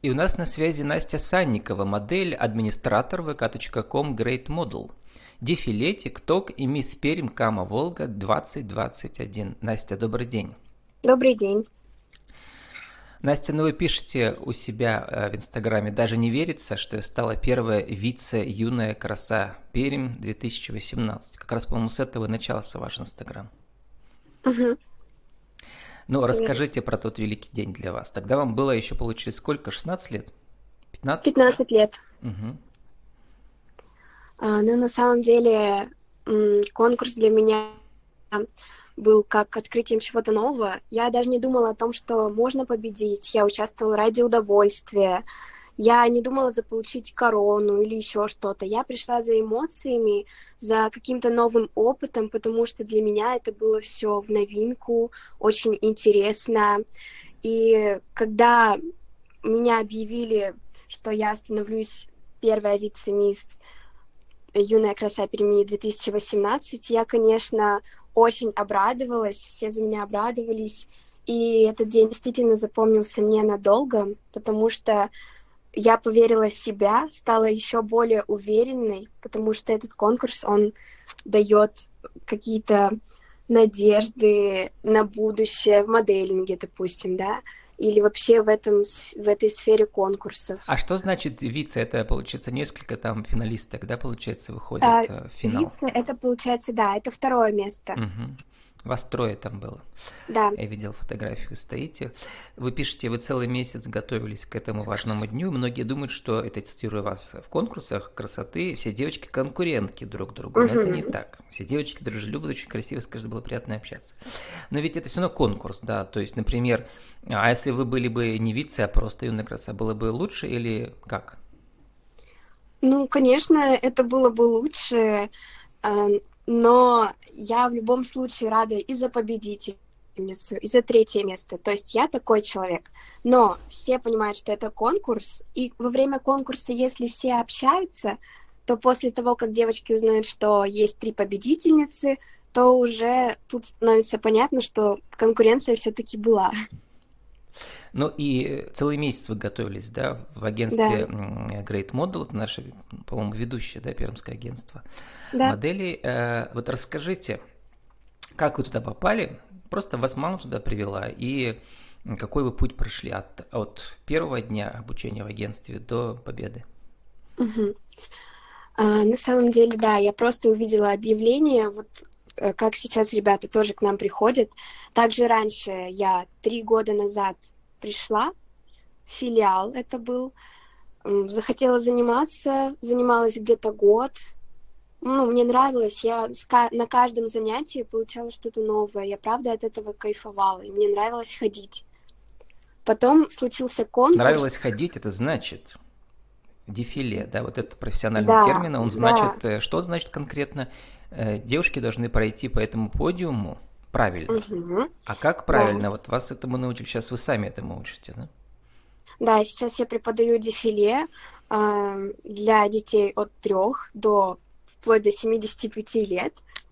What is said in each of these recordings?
И у нас на связи Настя Санникова, модель, администратор vk.com Great Model. Дефиле, ТикТок и Мисс Пермь Кама Волга 2021. Настя, добрый день. Добрый день. Настя, ну вы пишете у себя в Инстаграме, даже не верится, что я стала первая вице-юная краса Пермь 2018. Как раз, по-моему, с этого начался ваш Инстаграм. Мгм. Ну, Верно. расскажите про тот великий день для вас. Тогда вам было еще, получилось, сколько? 16 лет? 15? 15 лет. Угу. Но на самом деле конкурс для меня был как открытием чего-то нового. Я даже не думала о том, что можно победить. Я участвовала ради удовольствия. Я не думала заполучить корону или еще что-то. Я пришла за эмоциями, за каким-то новым опытом, потому что для меня это было все в новинку, очень интересно. И когда меня объявили, что я становлюсь первая вице-мисс «Юная краса Перми 2018», я, конечно, очень обрадовалась, все за меня обрадовались, и этот день действительно запомнился мне надолго, потому что я поверила в себя, стала еще более уверенной, потому что этот конкурс, он дает какие-то надежды на будущее в моделинге, допустим, да, или вообще в этой сфере конкурсов. А что значит вице? Это, получается, несколько там финалисток, да, получается, выходят в финал? Вице, это получается, да, это второе место, Угу. Вас трое там было. да. Я видел фотографию, вы стоите. Вы пишете, вы целый месяц готовились к этому важному дню. Многие думают, что, это цитирую вас, в конкурсах красоты все девочки конкурентки друг другу. Но это не Мгм. так. Все девочки дружелюбны, очень красиво, с каждой было приятно общаться. Но ведь это все равно конкурс, да. То есть, например, а если вы были бы не вице, а просто юная краса, было бы лучше или как? Ну, конечно, это было бы лучше, а, но я в любом случае рада и за победительницу, и за третье место. То есть я такой человек. Но все понимают, что это конкурс, и во время конкурса, если все общаются, то после того, как девочки узнают, что есть три победительницы, то уже тут становится понятно, что конкуренция все-таки была. Ну и целый месяц вы готовились, да, в Да, агентстве Great Model, это наше, по-моему, ведущее, да, пермское агентство да. моделей. Вот расскажите, как вы туда попали? Просто вас мама туда привела, и какой вы путь прошли от первого дня обучения в агентстве до победы? Мгм. На самом деле, да, я просто увидела объявление, вот как сейчас ребята тоже к нам приходят. Также раньше я 3 года назад пришла, филиал это был, захотела заниматься, занималась где-то год. Ну, мне нравилось, я на каждом занятии получала что-то новое, я правда от этого кайфовала, и мне нравилось ходить. Потом случился Нравилось конкурс, ходить, это значит дефиле, да, вот этот профессиональный да, термин, он да, значит, что значит конкретно? Девушки должны пройти по этому подиуму правильно. мгм, А как да. правильно? Вот вас этому научили, сейчас вы сами этому учите, да? Да, сейчас я преподаю дефиле для детей от 3 до вплоть до 75 лет.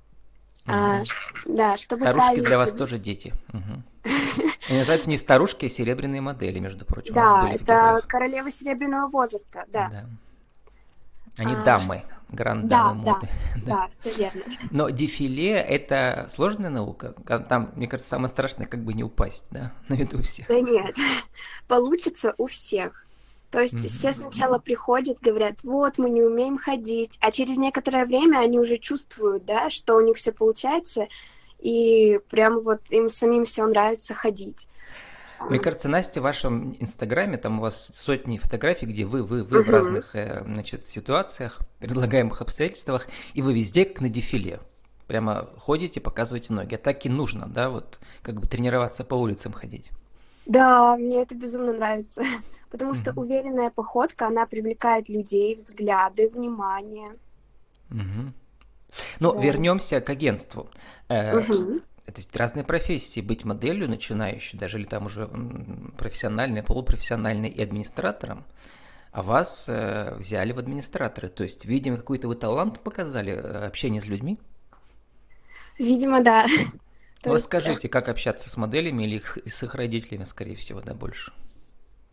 А, Мгм. да, чтобы Старушки правильно для вас ходить. тоже дети. Мгм. И называются не старушки, а серебряные модели, между прочим. У нас Да, были это фотографии. королева серебряного возраста, да. Да. Они А, дамы, гранд-дамы да, да, моды. Да. да, все верно. Но дефиле– это сложная наука. Там, мне кажется, самое страшное, как бы не упасть, да, на виду у всех. Да нет, получится у всех. То есть все Мгм. сначала приходят, говорят, вот, мы не умеем ходить, а через некоторое время они уже чувствуют, да, что у них все получается, и прям вот им самим все нравится ходить. Мне кажется, Настя, в вашем инстаграме, там у вас сотни фотографий, где вы в Мгм. разных значит, ситуациях, предлагаемых обстоятельствах, и вы везде как на дефиле. Прямо ходите, показываете ноги. А так и нужно, да, вот как бы тренироваться по улицам ходить. Да, мне это безумно нравится, потому что Мгм. уверенная походка, она привлекает людей, взгляды, внимание. Мгм. Ну, Да. вернемся к агентству. Э, Мгм. Это ведь разные профессии. Быть моделью начинающей, даже или там уже профессиональной, полупрофессиональной и администратором, а вас взяли в администраторы. То есть, видимо, какой-то вы талант показали, общение с людьми. Видимо, да. То Ну, есть расскажите, как общаться с моделями или с их родителями, скорее всего, да, больше.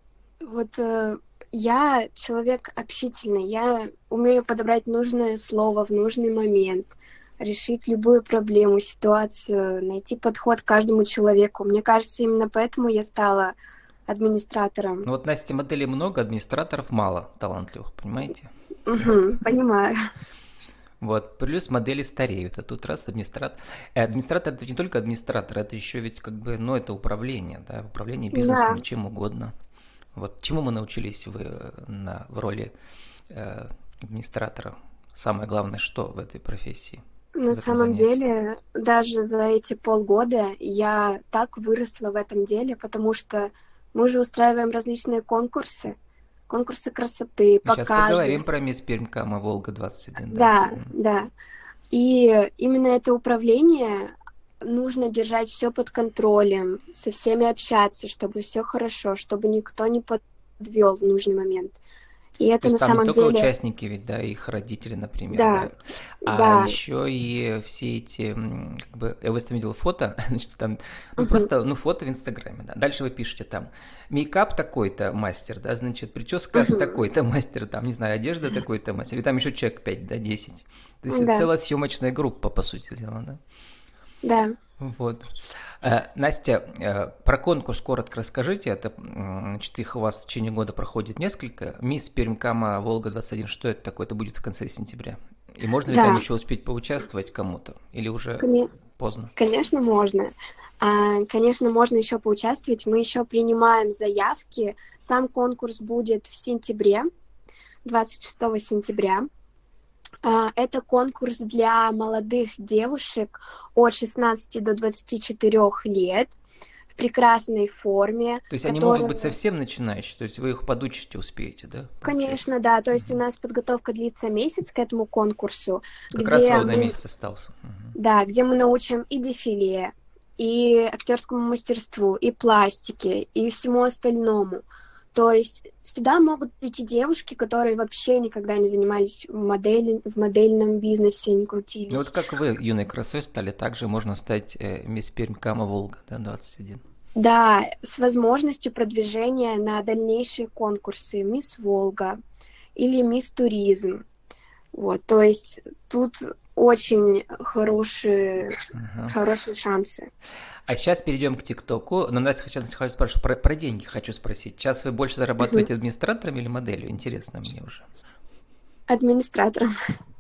Вот я человек общительный, я умею подобрать нужное слово в нужный момент, решить любую проблему, ситуацию, найти подход к каждому человеку. Мне кажется, именно поэтому я стала администратором. Ну вот, Настя, моделей много, администраторов мало талантливых, понимаете? Мгм, понимаю. Вот, плюс модели стареют, а тут раз администратор. Администратор это не только администратор, это еще ведь как бы, ну, это управление, да, управление бизнесом, Да, чем угодно. Вот, чему мы научились в роли администратора? Самое главное, что в этой профессии, на в этом самом занятии? деле, даже за эти полгода я так выросла в этом деле, потому что мы же устраиваем различные конкурсы, конкурсы красоты, Ну, сейчас показы. поговорим про мисс Пермькама Волга-21, да. Да, да. И именно это управление нужно держать все под контролем, со всеми общаться, чтобы все хорошо, чтобы никто не подвел в нужный момент. И То это есть на там не самом только деле, участники, ведь, да, их родители, например, да, да, а да, еще и все эти, как бы, я просто видел фото, значит, там, ну, мгм, просто, ну, фото в Инстаграме, да. Дальше вы пишете там, мейкап такой-то мастер, да, значит, прическа мгм, такой-то мастер, там, не знаю, одежда такой-то мастер, и там еще человек 5, да, 10. То есть это да, целая съемочная группа, по сути дела, да. да. Вот. Настя, про конкурс коротко расскажите. Это, значит, их у вас в течение года проходит несколько. Мисс Пермькама Волга-21, что это такое? Это будет в конце сентября. И можно ли там Да, еще успеть поучаствовать кому-то? Или уже коне- поздно? конечно, можно. Конечно, можно еще поучаствовать. Мы еще принимаем заявки. Сам конкурс будет в сентябре, 26 сентября. Это конкурс для молодых девушек от 16 до 24 лет в прекрасной форме, То есть они могут быть которые, совсем начинающие, то есть вы их подучите успеете, да, получается? конечно, да, то есть у Мгм. нас подготовка длится месяц к этому конкурсу, Как раз где ровно мы, месяц остался. Мгм. да, где мы научим и дефиле, и актерскому мастерству, и пластике, и всему остальному. То есть сюда могут прийти девушки, которые вообще никогда не занимались в модельном бизнесе, не Ну вот крутились. как вы юной красой стали, также можно стать мисс Пермькама Волга, да, 21. Да, с возможностью продвижения на дальнейшие конкурсы «Мисс Волга» или «Мисс Туризм». Вот, то есть тут очень Ага. хорошие шансы. А сейчас перейдем к ТикТоку. Но Настя, хочу спрашивать про деньги, хочу спросить. Сейчас вы больше Мгм. зарабатываете администратором или моделью? Интересно мне уже. Администратором,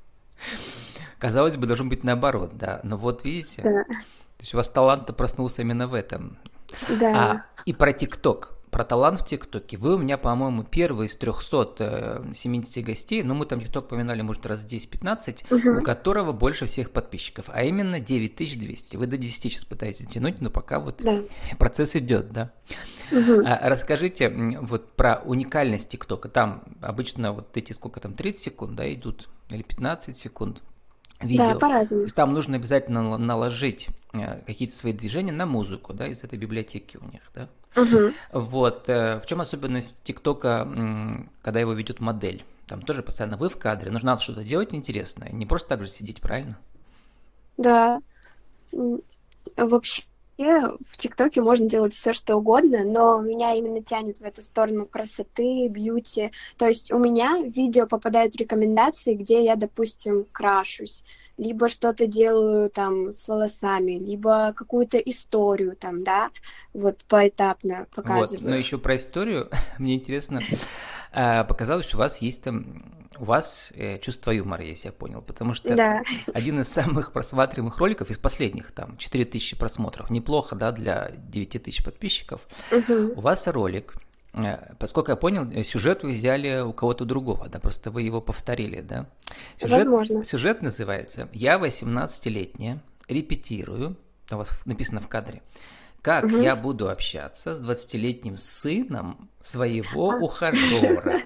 Казалось бы, должно быть наоборот, да. Но вот видите, да, то есть у вас талант проснулся именно в этом. да. И про ТикТок. Про талант в ТикТоке. Вы у меня, по-моему, первый из 370 гостей, ну мы там ТикТок поминали, может, раз 10-15, у Мгм. которого больше всех подписчиков, а именно 9200. Вы до 10 сейчас пытаетесь тянуть, но пока вот Да. процесс идет, да. Мгм. Расскажите вот про уникальность ТикТока. Там обычно вот эти сколько там, 30 секунд, да, идут, или 15 секунд Да, видео. То по-разному. есть там нужно обязательно наложить какие-то свои движения на музыку, да, из этой библиотеки у них, да. Мгм. Вот, в чем особенность ТикТока, когда его ведет модель? Там тоже постоянно вы в кадре, нужно надо что-то делать интересное, не просто так же сидеть, правильно? Да. М, Вообще в ТикТоке можно делать все, что угодно, но меня именно тянет в эту сторону красоты, бьюти. То есть у меня видео попадают в рекомендации, где я, допустим, крашусь, либо что-то делаю там с волосами, либо какую-то историю там, да, вот поэтапно Вот, но показываю. еще про историю, мне интересно, показалось, у вас есть там, у вас чувство юмора, если я понял, потому что Да. один из самых просматриваемых роликов из последних, там, 4000 просмотров, неплохо, да, для 9000 подписчиков, Мгм. у вас ролик, поскольку я понял, сюжет вы взяли у кого-то другого, да, просто вы его повторили, да. Возможно. Сюжет называется «Я 18-летняя, репетирую», у вас написано в кадре, как Мгм. я буду общаться с 20-летним сыном своего А. ухажера.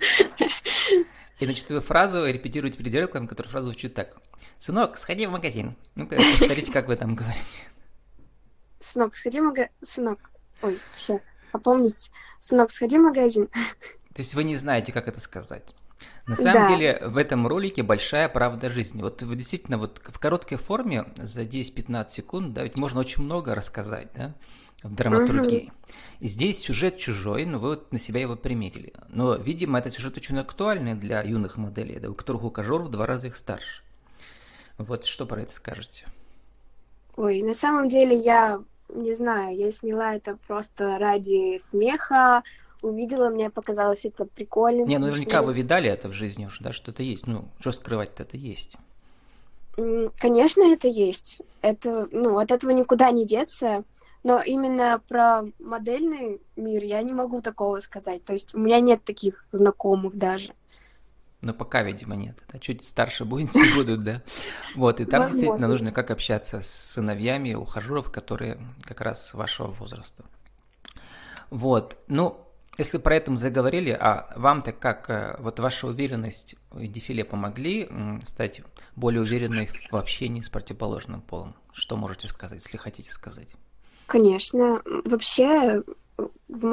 И, значит, вы фразу репетируете перед зеркалом, которая фраза звучит так. «Сынок, сходи в магазин». Ну-ка, повторите, как вы там говорите. Сынок, сходи в магазин. Сынок. Ой, сейчас. Опомнись. Сынок, сходи в магазин. То есть вы не знаете, как это сказать. На самом Да. деле в этом ролике большая правда жизни. Вот вы действительно вот в короткой форме за 10-15 секунд, да, ведь можно очень много рассказать, да, в Мгм. драматургии. И здесь сюжет чужой, но вы вот на себя его примерили. Но, видимо, этот сюжет очень актуальный для юных моделей, да, у которых ухажер в 2 раза их старше. Вот что про это скажете? Ой, на самом деле я не знаю, я сняла это просто ради смеха, увидела, мне показалось это прикольным, Не, ну наверняка вы смешным. видали это в жизни уже, да, что-то есть. Ну, что скрывать-то, это есть. Конечно, это есть. Это, ну, от этого никуда не деться. Но именно про модельный мир я не могу такого сказать. То есть у меня нет таких знакомых даже. Но пока, видимо, нет. Да, чуть старше будете, будут, да. Вот, и там действительно Возможно. нужно как общаться с сыновьями ухажеров, которые как раз вашего возраста. Вот, ну, если про это мы заговорили, а вам-то как, вот ваша уверенность в дефиле помогли стать более уверенной в общении с противоположным полом? Что можете сказать, если хотите сказать? Конечно. Вообще в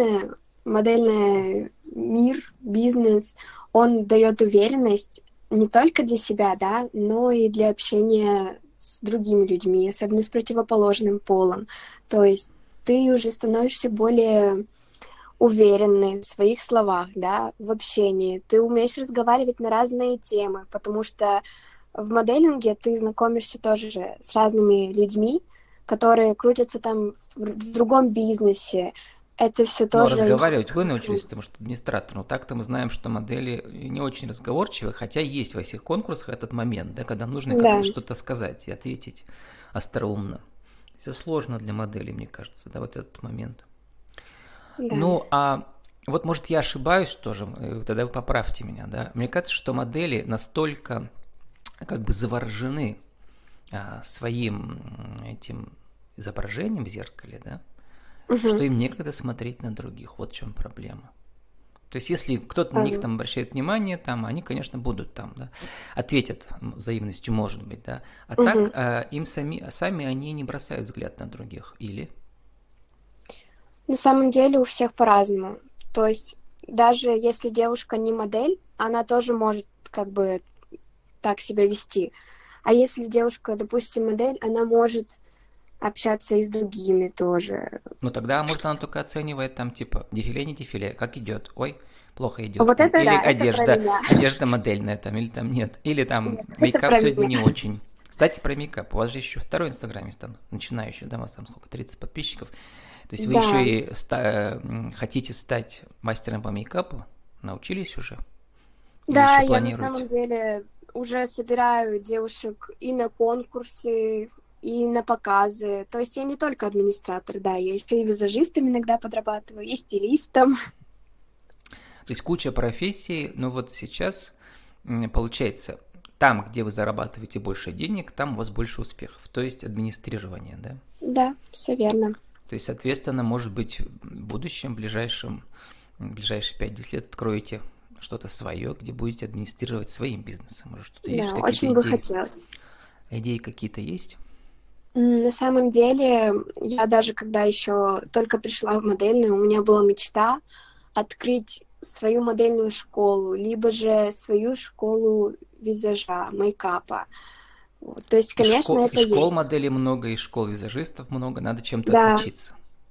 модельный мир, бизнес, он дает уверенность не только для себя, да, но и для общения с другими людьми, особенно с противоположным полом. То есть ты уже становишься более уверенный в своих словах, да, в общении. Ты умеешь разговаривать на разные темы, потому что в моделинге ты знакомишься тоже с разными людьми, которые крутятся там в другом бизнесе. Это все Но тоже разговаривать вы научились, интересно. потому что администратор. Но так-то мы знаем, что модели не очень разговорчивы, хотя есть во всех конкурсах этот момент, да, когда нужно Да, как-то что-то сказать и ответить остроумно. Все сложно для модели, мне кажется, да, вот этот момент. да. Ну, а вот, может, я ошибаюсь тоже, тогда вы поправьте меня, да. Мне кажется, что модели настолько как бы заворожены своим этим изображением в зеркале, да, Мгм. что им некогда смотреть на других. Вот в чем проблема. То есть, если кто-то на них Ага. там обращает внимание, там, они, конечно, будут там, да, ответят взаимностью, может быть, да. А так Мгм. им сами они не бросают взгляд на других. Или? На самом деле у всех по-разному. То есть даже если девушка не модель, она тоже может как бы так себя вести. А если девушка, допустим, модель, она может общаться и с другими тоже. Ну тогда, может, она только оценивает там, типа, дефиле, не дефиле, как идет. Ой, плохо идет Вот там. это Или да, это про одежда, меня. одежда модельная там, или там нет. Или там Нет, это мейкап про сегодня меня. не очень. Кстати, про мейкап. У вас же еще второй инстаграм есть там, начинающий, да, у вас там сколько, 30 подписчиков. То есть вы еще Да, и хотите стать мастером по мейкапу? Научились уже? Или да, еще я на самом планируете? деле уже собираю девушек и на конкурсы, и на показы. То есть я не только администратор, да, я еще и визажистом иногда подрабатываю, и стилистом. То есть куча профессий, но вот сейчас получается, там, где вы зарабатываете больше денег, там у вас больше успехов. То есть администрирование, да? Да, все верно. То есть, соответственно, может быть, в будущем, ближайшие 5-10 лет откроете что-то свое, где будете администрировать своим бизнесом. Может, что-то есть, Да, какие-то очень бы идеи? хотелось. Идеи какие-то есть? На самом деле, я даже когда еще только пришла в модельную, у меня была мечта открыть свою модельную школу, либо же свою школу визажа, мейкапа. Вот. То есть, конечно, И это школ есть. моделей много, и школ визажистов много, надо чем-то Да, отличиться.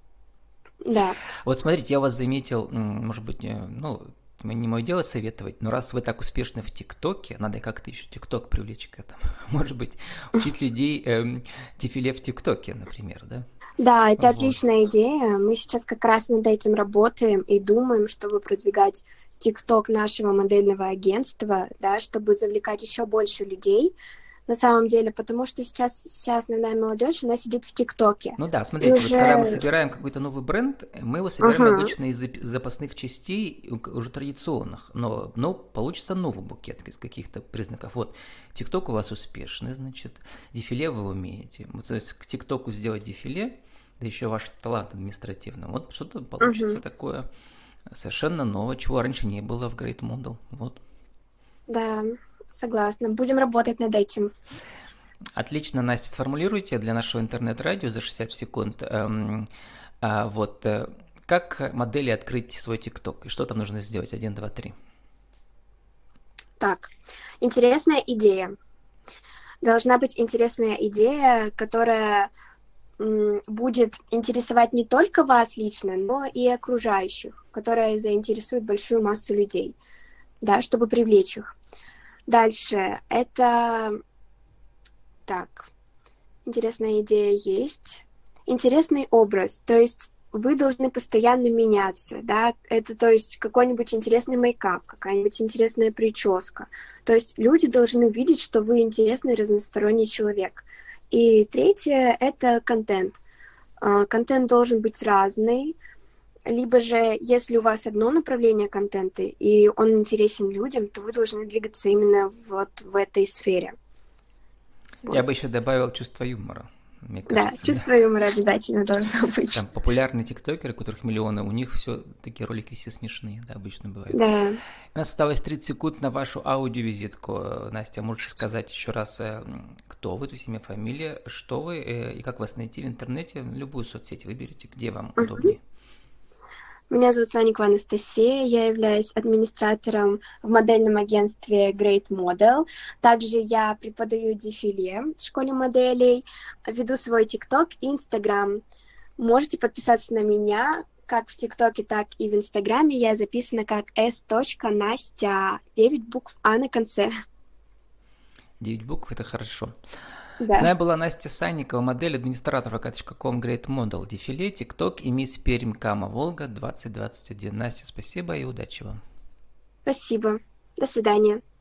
да. Вот смотрите, я вас заметил, может быть, ну, не мое дело советовать, но раз вы так успешны в ТикТоке, надо как-то еще ТикТок привлечь к этому. Может быть, учить людей дефиле в ТикТоке, например, да? Да, это Вот. отличная идея. Мы сейчас как раз над этим работаем и думаем, чтобы продвигать ТикТок нашего модельного агентства, да, чтобы завлекать еще больше людей на самом деле, потому что сейчас вся основная молодежь, она сидит в ТикТоке. Ну да, И смотрите, вот когда мы уже... собираем какой-то новый бренд, мы его собираем Ага. обычно из запасных частей, уже традиционных, но получится новый букет из каких-то признаков. Вот, ТикТок у вас успешный, значит, дефиле вы умеете. Вот, то есть к ТикТоку сделать дефиле, да еще ваш талант административный, вот что-то получится Мгм. такое совершенно новое, чего раньше не было в Great Model. Вот. Да, согласна. Будем работать над этим. Отлично, Настя, сформулируйте для нашего интернет-радио за 60 секунд. Вот как модели открыть свой ТикТок и что там нужно сделать? Один, два, три. Так, интересная идея. Должна быть интересная идея, которая будет интересовать не только вас лично, но и окружающих, которая заинтересует большую массу людей, да, чтобы привлечь их. Дальше, это, так, интересная идея есть. Интересный образ, то есть вы должны постоянно меняться, да, это, то есть, какой-нибудь интересный мейкап, какая-нибудь интересная прическа. То есть люди должны видеть, что вы интересный, разносторонний человек. И третье — это контент. Контент должен быть разный, либо же, если у вас одно направление контента, и он интересен людям, то вы должны двигаться именно вот в этой сфере. Я бы Вот. еще добавил чувство юмора, мне Да, кажется, да. чувство юмора обязательно должно быть. Там популярные тиктокеры, у которых миллионы, у них все такие ролики все смешные, да, обычно бывают. Да. У нас осталось 30 секунд на вашу аудиовизитку. Настя, можете сказать еще раз, кто вы, то есть имя, фамилия, что вы и как вас найти в интернете, любую соцсеть выберите, где вам удобнее. Меня зовут Санникова Анастасия, я являюсь администратором в модельном агентстве Great Model. Также я преподаю дефиле в школе моделей, веду свой ТикТок и Инстаграм. Можете подписаться на меня как в ТикТоке, так и в Инстаграме. Я записана как s.настя, 9 букв А на конце. 9 букв – это хорошо. С Да. нами была Настя Санникова, модель, администратор vk.com, Great Model, дефиле, ТикТок и мисс Пермь Кама Волга 2021. Настя, спасибо и удачи вам. Спасибо. До свидания.